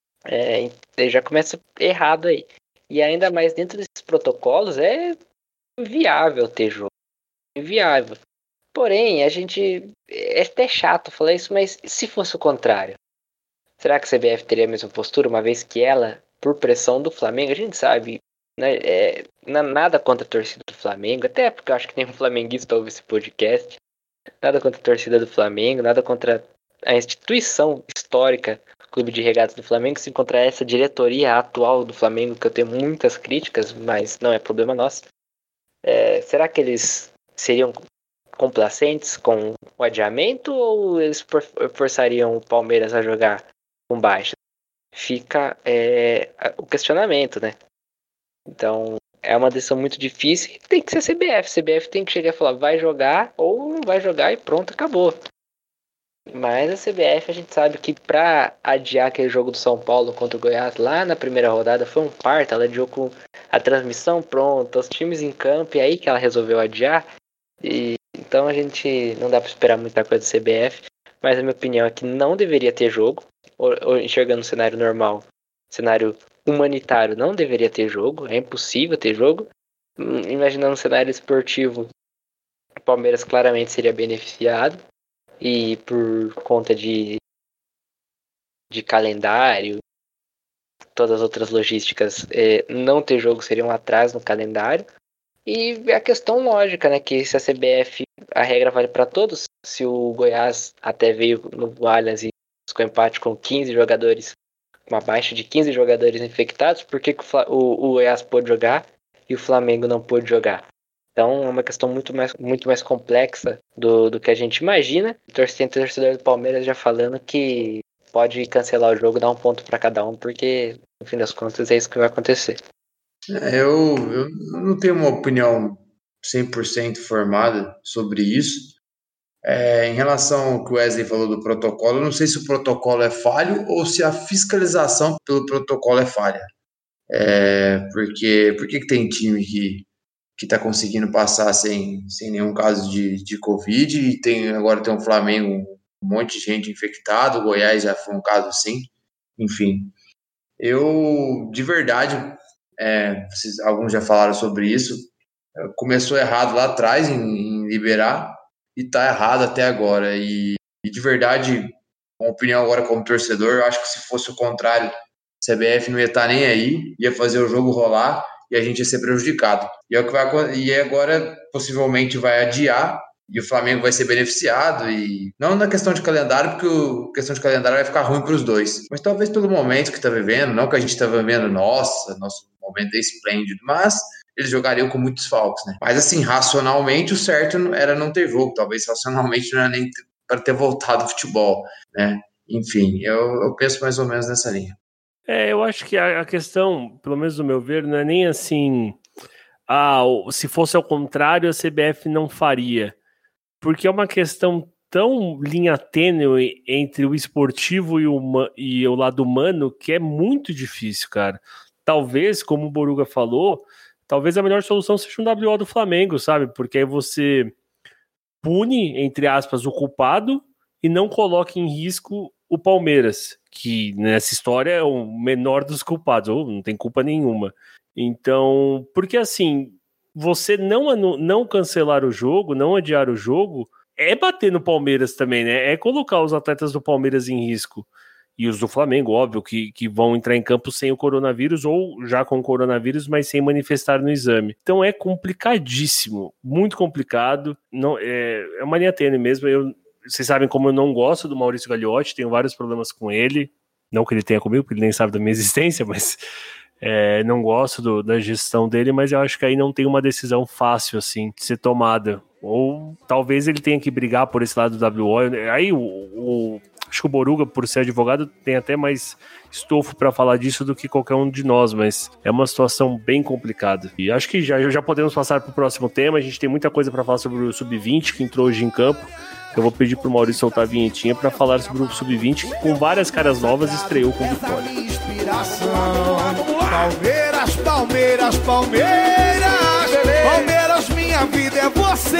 Já começa errado aí. E ainda mais dentro desses protocolos, é inviável ter jogo. Inviável. Porém, a gente... É até chato falar isso, mas se fosse o contrário? Será que a CBF teria a mesma postura, uma vez que ela, por pressão do Flamengo, a gente sabe, né, nada contra a torcida do Flamengo, até porque eu acho que nenhum flamenguista ouve esse podcast, nada contra a torcida do Flamengo, nada contra a instituição histórica, Clube de Regatas do Flamengo, se contra essa diretoria atual do Flamengo, que eu tenho muitas críticas, mas não é problema nosso. Será que eles seriam complacentes com o adiamento ou eles forçariam o Palmeiras a jogar com baixa? Fica o questionamento, né? Então, é uma decisão muito difícil e tem que ser a CBF. A CBF tem que chegar e falar, vai jogar ou não vai jogar e pronto, acabou. Mas a CBF, a gente sabe que pra adiar aquele jogo do São Paulo contra o Goiás lá na primeira rodada foi um parto. Ela adiou com a transmissão pronta, os times em campo, e aí que ela resolveu adiar. Então a gente não dá pra esperar muita coisa da CBF, mas a minha opinião é que não deveria ter jogo. Ou enxergando o cenário normal, cenário humanitário, não deveria ter jogo, é impossível ter jogo. Imaginando um cenário esportivo, o Palmeiras claramente seria beneficiado, e por conta de calendário, todas as outras logísticas, não ter jogo seria um atraso no calendário. E a questão lógica, né, que se a CBF, a regra vale para todos, se o Goiás até veio no Allianz e com empate com 15 jogadores, uma baixa de 15 jogadores infectados, por que o Goiás pôde jogar e o Flamengo não pôde jogar? Então é uma questão muito mais complexa do que a gente imagina. Tem torcedor do Palmeiras já falando que pode cancelar o jogo, dar um ponto para cada um, porque no fim das contas é isso que vai acontecer. Eu não tenho uma opinião 100% formada sobre isso. Em relação ao que o Wesley falou do protocolo, eu não sei se o protocolo é falho ou se a fiscalização pelo protocolo é falha. Porque tem time que está conseguindo passar sem nenhum caso de Covid e agora tem um Flamengo, um monte de gente infectada, o Goiás já foi um caso assim. Enfim, eu, de verdade, alguns já falaram sobre isso, começou errado lá atrás em liberar e está errado até agora. E de verdade, uma opinião agora como torcedor, eu acho que se fosse o contrário, a CBF não ia estar nem aí, ia fazer o jogo rolar e a gente ia ser prejudicado. E agora possivelmente vai adiar e o Flamengo vai ser beneficiado, e não na questão de calendário, porque a questão de calendário vai ficar ruim para os dois, mas talvez pelo momento que está vivendo, não que a gente está vivendo, nosso momento é esplêndido, mas eles jogariam com muitos falcos, né? Mas assim, racionalmente o certo era não ter jogo, talvez racionalmente não era nem para ter voltado ao futebol, né? Enfim, eu penso mais ou menos nessa linha. Eu acho que a questão, pelo menos do meu ver, não é nem assim, se fosse ao contrário, a CBF não faria. Porque é uma questão tão linha tênue entre o esportivo e o lado humano que é muito difícil, cara. Talvez, como o Boruga falou, talvez a melhor solução seja um WO do Flamengo, sabe? Porque aí você pune, entre aspas, o culpado e não coloque em risco o Palmeiras, que nessa história é o menor dos culpados, ou não tem culpa nenhuma. Então, porque assim, você não cancelar o jogo, não adiar o jogo, é bater no Palmeiras também, né? É colocar os atletas do Palmeiras em risco. E os do Flamengo, óbvio, que vão entrar em campo sem o coronavírus ou já com o coronavírus, mas sem manifestar no exame. Então é complicadíssimo, muito complicado. Não, é uma linha tênue mesmo. Vocês sabem como eu não gosto do Maurício Gagliotti, tenho vários problemas com ele. Não que ele tenha comigo, porque ele nem sabe da minha existência, mas não gosto da gestão dele, mas eu acho que aí não tem uma decisão fácil assim de ser tomada. Ou talvez ele tenha que brigar por esse lado do WO. Aí acho que o Boruga, por ser advogado, tem até mais estofo para falar disso do que qualquer um de nós, mas é uma situação bem complicada. E acho que já podemos passar para o próximo tema. A gente tem muita coisa para falar sobre o Sub-20 que entrou hoje em campo. Eu vou pedir pro Maurício soltar a vinhetinha para falar sobre o Sub-20 que com várias caras novas estreou com vitória. Palmeiras, Palmeiras, Palmeiras, Palmeiras, minha vida é você.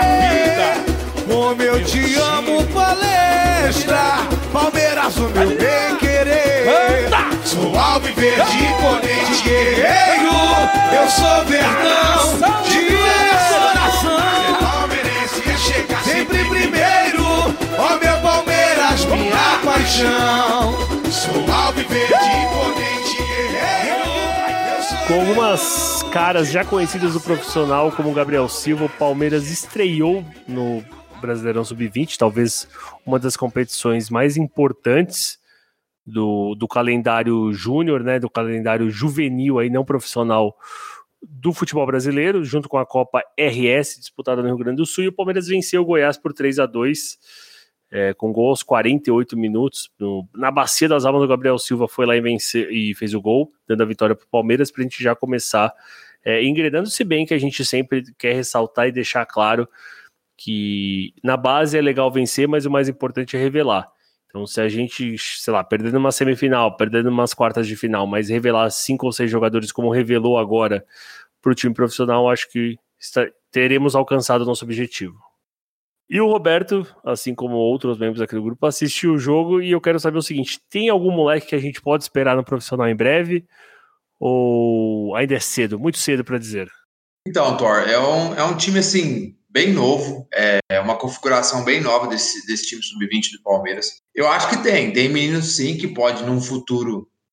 Como eu te amo, palestra. Palmeiras, o meu bem querer. Sou alviverde, imponente, guerreiro. Eu sou Verdão de coração. Palmeirense é chegar sempre primeiro. Ó meu Palmeiras, minha paixão. Sou alviverde, imponente, guerreiro. Com algumas caras já conhecidas do profissional, como o Gabriel Silva, o Palmeiras estreou no Brasileirão Sub-20, talvez uma das competições mais importantes do calendário júnior, né, do calendário juvenil, aí, não profissional, do futebol brasileiro, junto com a Copa RS, disputada no Rio Grande do Sul, e o Palmeiras venceu o Goiás por 3-2, com gol aos 48 minutos, na Bacia das Almas do Gabriel Silva, foi lá e fez o gol, dando a vitória para o Palmeiras, para a gente já começar engrenando-se bem, que a gente sempre quer ressaltar e deixar claro que na base é legal vencer, mas o mais importante é revelar. Então, se a gente, sei lá, perdendo uma semifinal, perdendo umas quartas de final, mas revelar 5 ou 6 jogadores como revelou agora para o time profissional, acho que teremos alcançado o nosso objetivo. E o Roberto, assim como outros membros aqui do grupo, assistiu o jogo e eu quero saber o seguinte, tem algum moleque que a gente pode esperar no profissional em breve? Ou ainda é cedo, muito cedo para dizer? Então, Thor, é um time assim bem novo, é uma configuração bem nova desse time sub-20 do Palmeiras. Eu acho que tem meninos sim que pode num futuro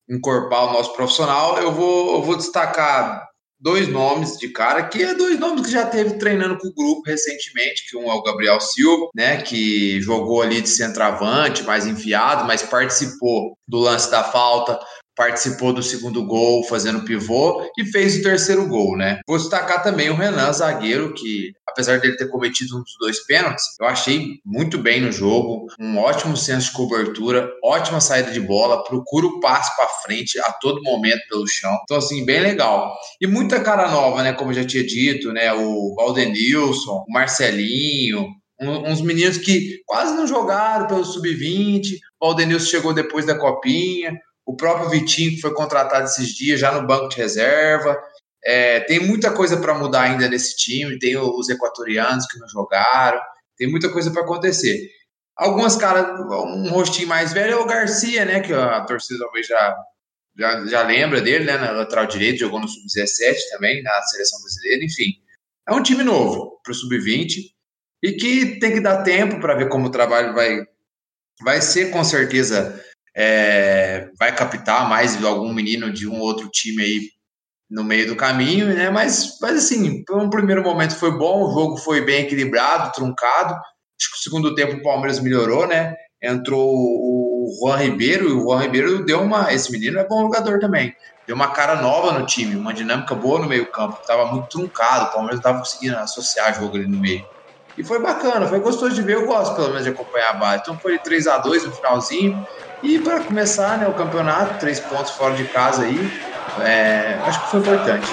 encorpar o nosso profissional, eu vou destacar dois nomes de cara, que é dois nomes que já teve treinando com o grupo recentemente, que um é o Gabriel Silva, né, que jogou ali de centroavante, mais enfiado, mas participou do lance da falta, participou do segundo gol fazendo pivô e fez o terceiro gol, né? Vou destacar também o Renan, zagueiro, que apesar dele ter cometido um dos dois pênaltis, eu achei muito bem no jogo, um ótimo senso de cobertura, ótima saída de bola, procura o passe para frente a todo momento pelo chão. Então, assim, bem legal. E muita cara nova, né? Como eu já tinha dito, né? O Valdenilson, o Marcelinho, uns meninos que quase não jogaram pelo Sub-20. O Valdenilson chegou depois da Copinha. O próprio Vitinho, que foi contratado esses dias, já no banco de reserva. Tem muita coisa para mudar ainda nesse time. Tem os equatorianos que não jogaram. Tem muita coisa para acontecer. Algumas caras, um rostinho mais velho é o Garcia, né? Que a torcida talvez já lembra dele, né? Na lateral direito, jogou no Sub-17 também, na seleção brasileira. Enfim, é um time novo para o Sub-20 e que tem que dar tempo para ver como o trabalho vai ser, com certeza. Vai captar mais algum menino de um outro time aí no meio do caminho, né? Mas assim, um primeiro momento foi bom, o jogo foi bem equilibrado, truncado. Acho que o segundo tempo o Palmeiras melhorou, né? Entrou o Juan Ribeiro, e o Juan Ribeiro esse menino é bom jogador também. Deu uma cara nova no time, uma dinâmica boa no meio-campo, estava muito truncado, o Palmeiras não estava conseguindo associar o jogo ali no meio. E foi bacana, foi gostoso de ver, eu gosto pelo menos de acompanhar a base. Então foi 3-2 no finalzinho. E para começar, né, o campeonato, 3 pontos fora de casa aí, acho que foi importante.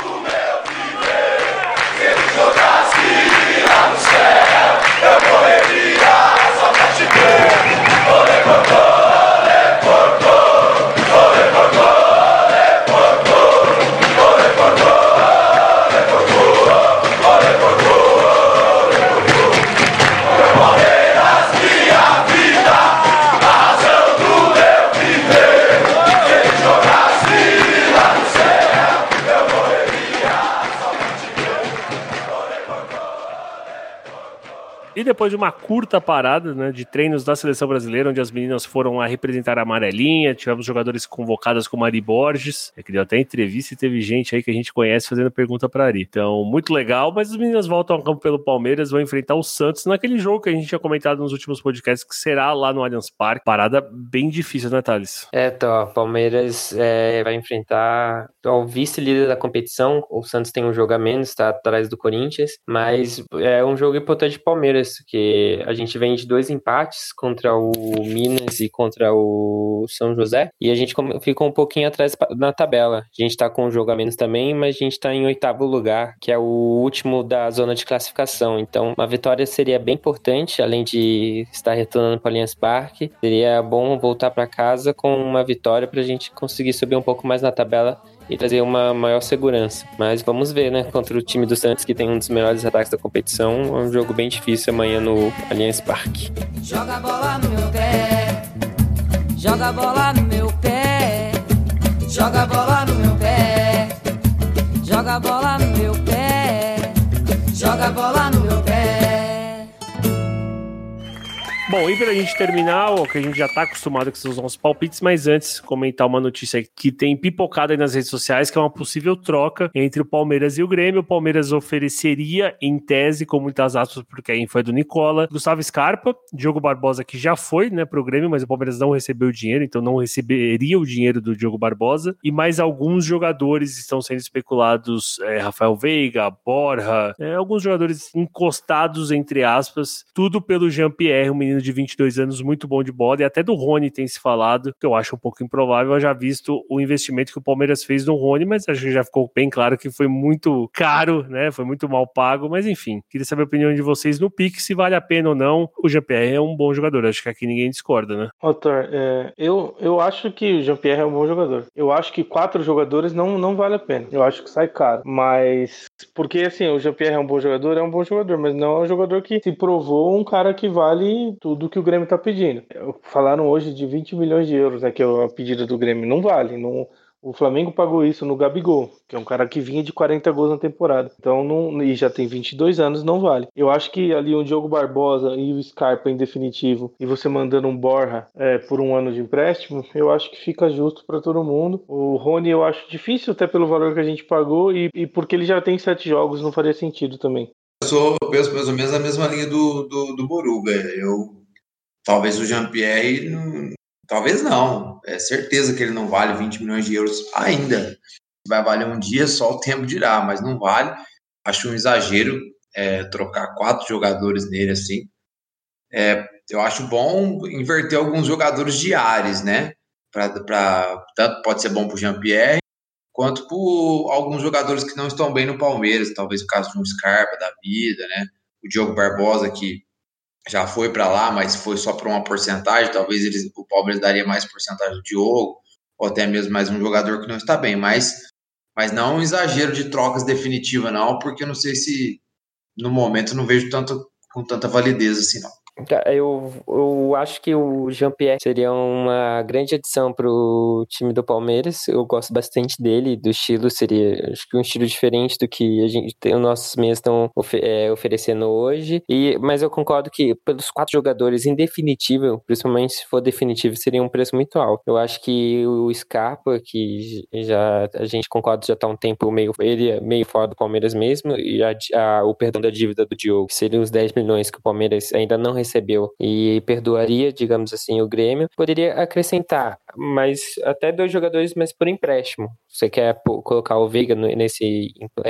Se ele jogasse lá no céu, eu correria só pra te ver. Olé, porco, olé, porco, olé, porco, olé, porco, olé, porco, olé, porco, olé, porco, olé, porco. Palmeiras, minha vida, a razão do meu viver. Se ele jogasse lá no céu, eu correria só pra te ver. Olé, porco, olé, porco. E depois de uma curta parada, né, de treinos da seleção brasileira, onde as meninas foram a representar a amarelinha, tivemos jogadores convocadas como Ari Borges, que deu até entrevista e teve gente aí que a gente conhece fazendo pergunta pra Ari. Então, muito legal, mas as meninas voltam ao campo pelo Palmeiras, vão enfrentar o Santos naquele jogo que a gente tinha comentado nos últimos podcasts, que será lá no Allianz Parque. Parada bem difícil, né, Thales? Então, Palmeiras vai enfrentar o vice-líder da competição. O Santos tem um jogo a menos, está atrás do Corinthians, mas é um jogo importante de Palmeiras, que a gente vem de 2 empates contra o Minas e contra o São José, e a gente ficou um pouquinho atrás na tabela. A gente está com um jogo a menos também, mas a gente está em 8º lugar, que é o último da zona de classificação. Então, uma vitória seria bem importante, além de estar retornando para o Allianz Parque. Seria bom voltar para casa com uma vitória para a gente conseguir subir um pouco mais na tabela e trazer uma maior segurança. Mas vamos ver, né? Contra o time do Santos, que tem um dos melhores ataques da competição. É um jogo bem difícil amanhã no Allianz Parque. Joga a bola no meu pé, joga a bola no meu pé, joga a bola no meu pé, joga a bola no meu pé, joga a bola no meu pé. Bom, e pra gente terminar, o que a gente já tá acostumado com os nossos palpites, mas antes, comentar uma notícia que tem pipocado aí nas redes sociais, que é uma possível troca entre o Palmeiras e o Grêmio. O Palmeiras ofereceria, em tese, com muitas aspas, porque aí foi do Nicola, Gustavo Scarpa, Diogo Barbosa, que já foi, né, pro Grêmio, mas o Palmeiras não recebeu o dinheiro, então não receberia o dinheiro do Diogo Barbosa, e mais alguns jogadores estão sendo especulados, Rafael Veiga, Borja, alguns jogadores encostados, entre aspas, tudo pelo Jean-Pierre, um menino de 22 anos, muito bom de bola, e até do Rony tem se falado, que eu acho um pouco improvável, já visto o investimento que o Palmeiras fez no Rony, mas acho que já ficou bem claro que foi muito caro, né, foi muito mal pago, mas enfim, queria saber a opinião de vocês no pique, se vale a pena ou não. O Jean-Pierre é um bom jogador, acho que aqui ninguém discorda, né? Thor, eu acho que o Jean-Pierre é um bom jogador. Eu acho que 4 jogadores não vale a pena, eu acho que sai caro, mas porque assim, o Jean-Pierre é um bom jogador, mas não é um jogador que se provou um cara que vale tudo que o Grêmio tá pedindo. Falaram hoje de 20 milhões de euros, né, que é a pedida do Grêmio. Não vale. Não, O Flamengo pagou isso no Gabigol, que é um cara que vinha de 40 gols na temporada. Então, e já tem 22 anos, não vale. Eu acho que ali o Diogo Barbosa e o Scarpa em definitivo, e você mandando um Borja por um ano de empréstimo, eu acho que fica justo para todo mundo. O Rony eu acho difícil, até pelo valor que a gente pagou, e porque ele já tem 7 jogos, não faria sentido também. Eu penso mais ou menos a mesma linha do Boruga. Talvez o Jean-Pierre, talvez não. É certeza que ele não vale 20 milhões de euros ainda. Vai valer um dia, só o tempo dirá, mas não vale. Acho um exagero trocar 4 jogadores nele assim. Eu acho bom inverter alguns jogadores de ares, né? Tanto pode ser bom para o Jean-Pierre, quanto por alguns jogadores que não estão bem no Palmeiras. Talvez o caso de um Scarpa da vida, né? O Diogo Barbosa, que já foi para lá, mas foi só por uma porcentagem. Talvez o Palmeiras daria mais porcentagem do Diogo, ou até mesmo mais um jogador que não está bem. Mas não um exagero de trocas definitiva, não, porque eu não sei se no momento não vejo com tanta validez assim, não. Eu acho que o Jean-Pierre seria uma grande adição para o time do Palmeiras. Eu gosto bastante dele, do estilo, seria acho que um estilo diferente do que os nossos meias estão oferecendo hoje. Mas eu concordo que pelos 4 jogadores em definitivo, principalmente se for definitivo, seria um preço muito alto. Eu acho que o Scarpa, que já a gente concorda já está um tempo meio fora do Palmeiras mesmo, e o perdão da dívida do Diogo, que seria os 10 milhões que o Palmeiras ainda não recebeu e perdoaria, digamos assim, o Grêmio, poderia acrescentar, mas até 2 jogadores, mas por empréstimo. Você quer colocar o Veiga nesse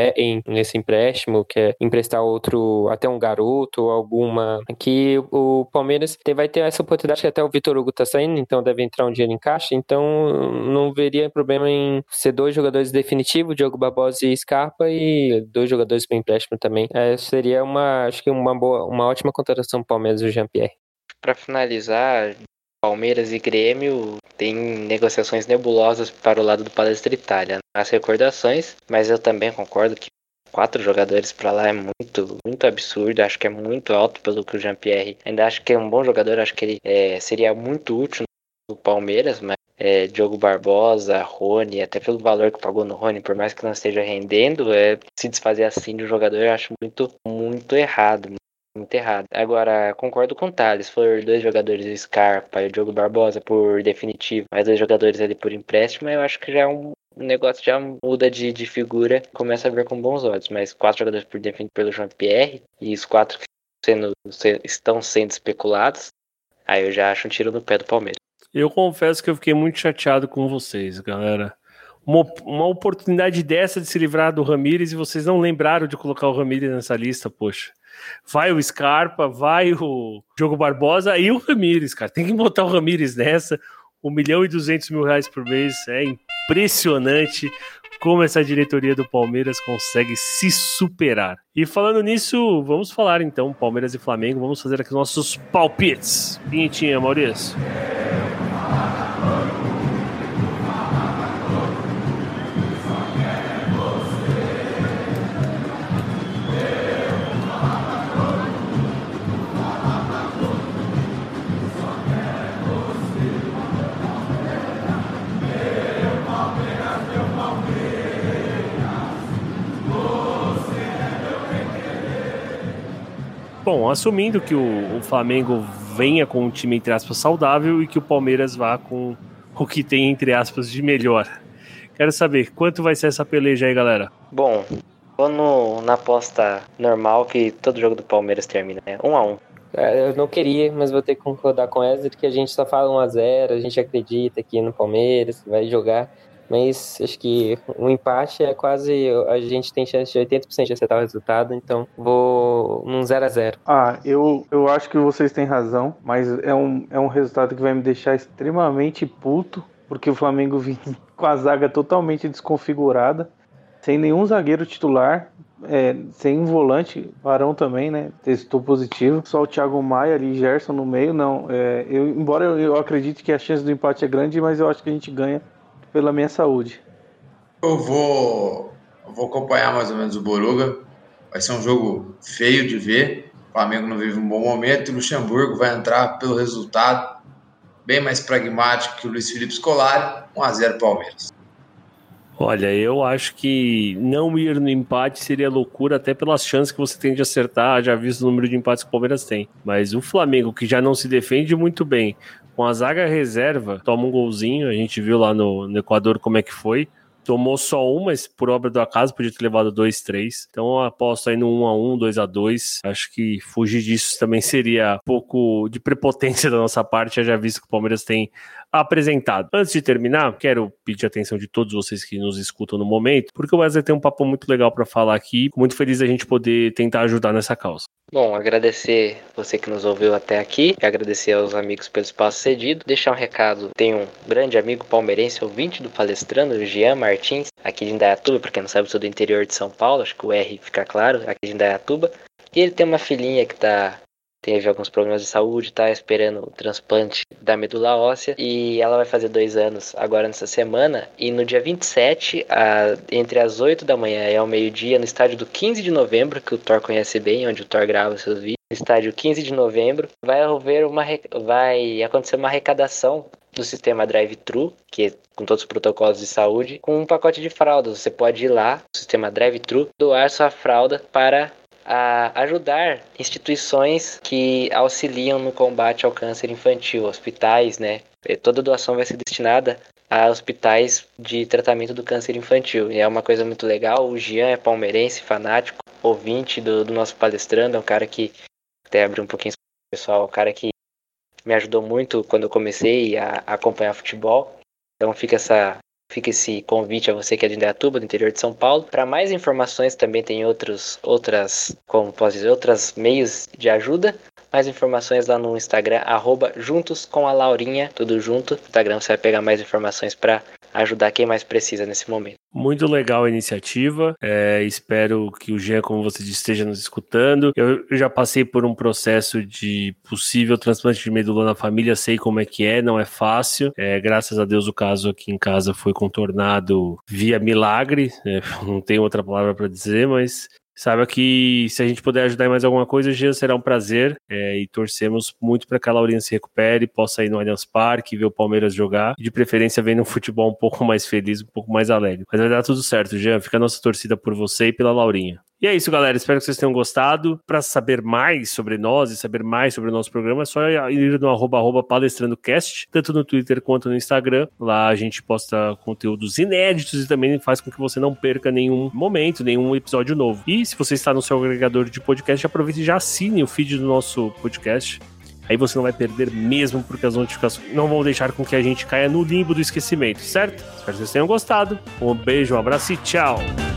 empréstimo, quer emprestar outro, até um garoto ou alguma, que o Palmeiras vai ter essa oportunidade, que até o Vitor Hugo tá saindo, então deve entrar um dinheiro em caixa, então não veria problema em ser 2 jogadores definitivos, Diogo Barbosa e Scarpa, e 2 jogadores para empréstimo também. Seria acho que uma ótima contratação pro Palmeiras e o Jean-Pierre. Para finalizar, Palmeiras e Grêmio têm negociações nebulosas para o lado do Palestra Itália. As recordações, mas eu também concordo que 4 jogadores para lá é muito, muito absurdo. Acho que é muito alto pelo que o Jean-Pierre. Ainda acho que é um bom jogador, acho que ele seria muito útil no Palmeiras, mas Diogo Barbosa, Rony, até pelo valor que pagou no Rony, por mais que não esteja rendendo, se desfazer assim de um jogador eu acho muito, muito errado. Muito errado. Agora, concordo com o Thales. Se for 2 jogadores, o Scarpa e o Diogo Barbosa por definitivo, mais 2 jogadores ali por empréstimo, eu acho que já é um negócio, já muda de figura, começa a ver com bons olhos. Mas 4 jogadores por definitivo pelo Jean-Pierre e os 4 que estão sendo especulados, aí eu já acho um tiro no pé do Palmeiras. Eu confesso que eu fiquei muito chateado com vocês, galera. Uma oportunidade dessa de se livrar do Ramírez e vocês não lembraram de colocar o Ramírez nessa lista, poxa. Vai o Scarpa, vai o Diogo Barbosa e o Ramírez, cara. Tem que botar o Ramírez nessa. 1.200.000 reais por mês. É impressionante como essa diretoria do Palmeiras consegue se superar. E falando nisso, vamos falar então, Palmeiras e Flamengo. Vamos fazer aqui os nossos palpites. Vinhetinha, Maurício. Bom, assumindo que o Flamengo venha com um time, entre aspas, saudável e que o Palmeiras vá com o que tem, entre aspas, de melhor. Quero saber, quanto vai ser essa peleja aí, galera? Bom, vou na aposta normal que todo jogo do Palmeiras termina, né? 1-1. Eu não queria, mas vou ter que concordar com o Ezra, que a gente só fala 1-0, a gente acredita aqui no Palmeiras, vai jogar. Mas acho que um empate é quase... A gente tem chance de 80% de acertar o resultado, então vou num 0-0. Eu acho que vocês têm razão, mas é um resultado que vai me deixar extremamente puto, porque o Flamengo vinha com a zaga totalmente desconfigurada, sem nenhum zagueiro titular, sem um volante, Varão também, né? Testou positivo. Só o Thiago Maia ali, Gerson no meio, não. Embora eu acredite que a chance do empate é grande, mas eu acho que a gente ganha pela minha saúde. Eu vou acompanhar mais ou menos o Boruga. Vai ser um jogo feio de ver. O Flamengo não vive um bom momento e o Luxemburgo vai entrar pelo resultado, bem mais pragmático que o Luiz Felipe Scolari. 1-0 Palmeiras. Olha, eu acho que não ir no empate seria loucura, até pelas chances que você tem de acertar, já visto o número de empates que o Palmeiras tem. Mas o Flamengo, que já não se defende muito bem, com a zaga reserva, toma um golzinho, a gente viu lá no Equador como é que foi. Tomou só um, mas por obra do acaso podia ter levado 2-3. Então eu aposto aí no 1-1, 2-2. Acho que fugir disso também seria um pouco de prepotência da nossa parte, já visto que o Palmeiras tem apresentado. Antes de terminar, quero pedir a atenção de todos vocês que nos escutam no momento, porque o Wesley tem um papo muito legal para falar aqui. Fico muito feliz da gente poder tentar ajudar nessa causa. Bom, agradecer você que nos ouviu até aqui, agradecer aos amigos pelo espaço cedido, deixar um recado, tem um grande amigo palmeirense, ouvinte do Palestrando, o Jean Martins, aqui de Indaiatuba, para quem não sabe, eu sou do interior de São Paulo, acho que o R fica claro, aqui de Indaiatuba, e ele tem uma filhinha que teve alguns problemas de saúde, tá esperando o transplante da medula óssea, e ela vai fazer 2 anos agora nessa semana, e no dia 27, entre as 8 da manhã e ao meio-dia, no estádio do 15 de novembro, que o Thor conhece bem, onde o Thor grava seus vídeos, no estádio 15 de novembro, vai acontecer uma arrecadação do sistema drive-thru, que é com todos os protocolos de saúde, com um pacote de fraldas. Você pode ir lá, no sistema drive-thru, doar sua fralda para ajudar instituições que auxiliam no combate ao câncer infantil, hospitais, né? Toda doação vai ser destinada a hospitais de tratamento do câncer infantil. E é uma coisa muito legal. O Jean é palmeirense, fanático, ouvinte do nosso Palestrando, é um cara que, até abrir um pouquinho pessoal, um cara que me ajudou muito quando eu comecei a acompanhar futebol. Então fica esse convite a você que é de Indaiatuba, do interior de São Paulo. Para mais informações também tem outros meios de ajuda. Mais informações lá no Instagram, @juntoscomalaurinha, tudo junto. No Instagram você vai pegar mais informações para ajudar quem mais precisa nesse momento. Muito legal a iniciativa, espero que o Jean, como você disse, esteja nos escutando. Eu já passei por um processo de possível transplante de medula na família, sei como é que é, não é fácil. Graças a Deus o caso aqui em casa foi contornado via milagre, não tenho outra palavra para dizer, mas saiba que se a gente puder ajudar em mais alguma coisa, Jean, será um prazer, e torcemos muito para que a Laurinha se recupere, possa ir no Allianz Parque, ver o Palmeiras jogar, e de preferência vendo um futebol um pouco mais feliz, um pouco mais alegre. Mas vai dar tudo certo, Jean, fica a nossa torcida por você e pela Laurinha. E é isso, galera, espero que vocês tenham gostado. Para saber mais sobre nós e saber mais sobre o nosso programa, é só ir no @palestrandocast, tanto no Twitter quanto no Instagram. Lá a gente posta conteúdos inéditos e também faz com que você não perca nenhum momento, nenhum episódio novo. E se você está no seu agregador de podcast, aproveite e já assine o feed do nosso podcast. Aí você não vai perder mesmo, porque as notificações não vão deixar com que a gente caia no limbo do esquecimento, certo? Espero que vocês tenham gostado. Um beijo, um abraço e tchau!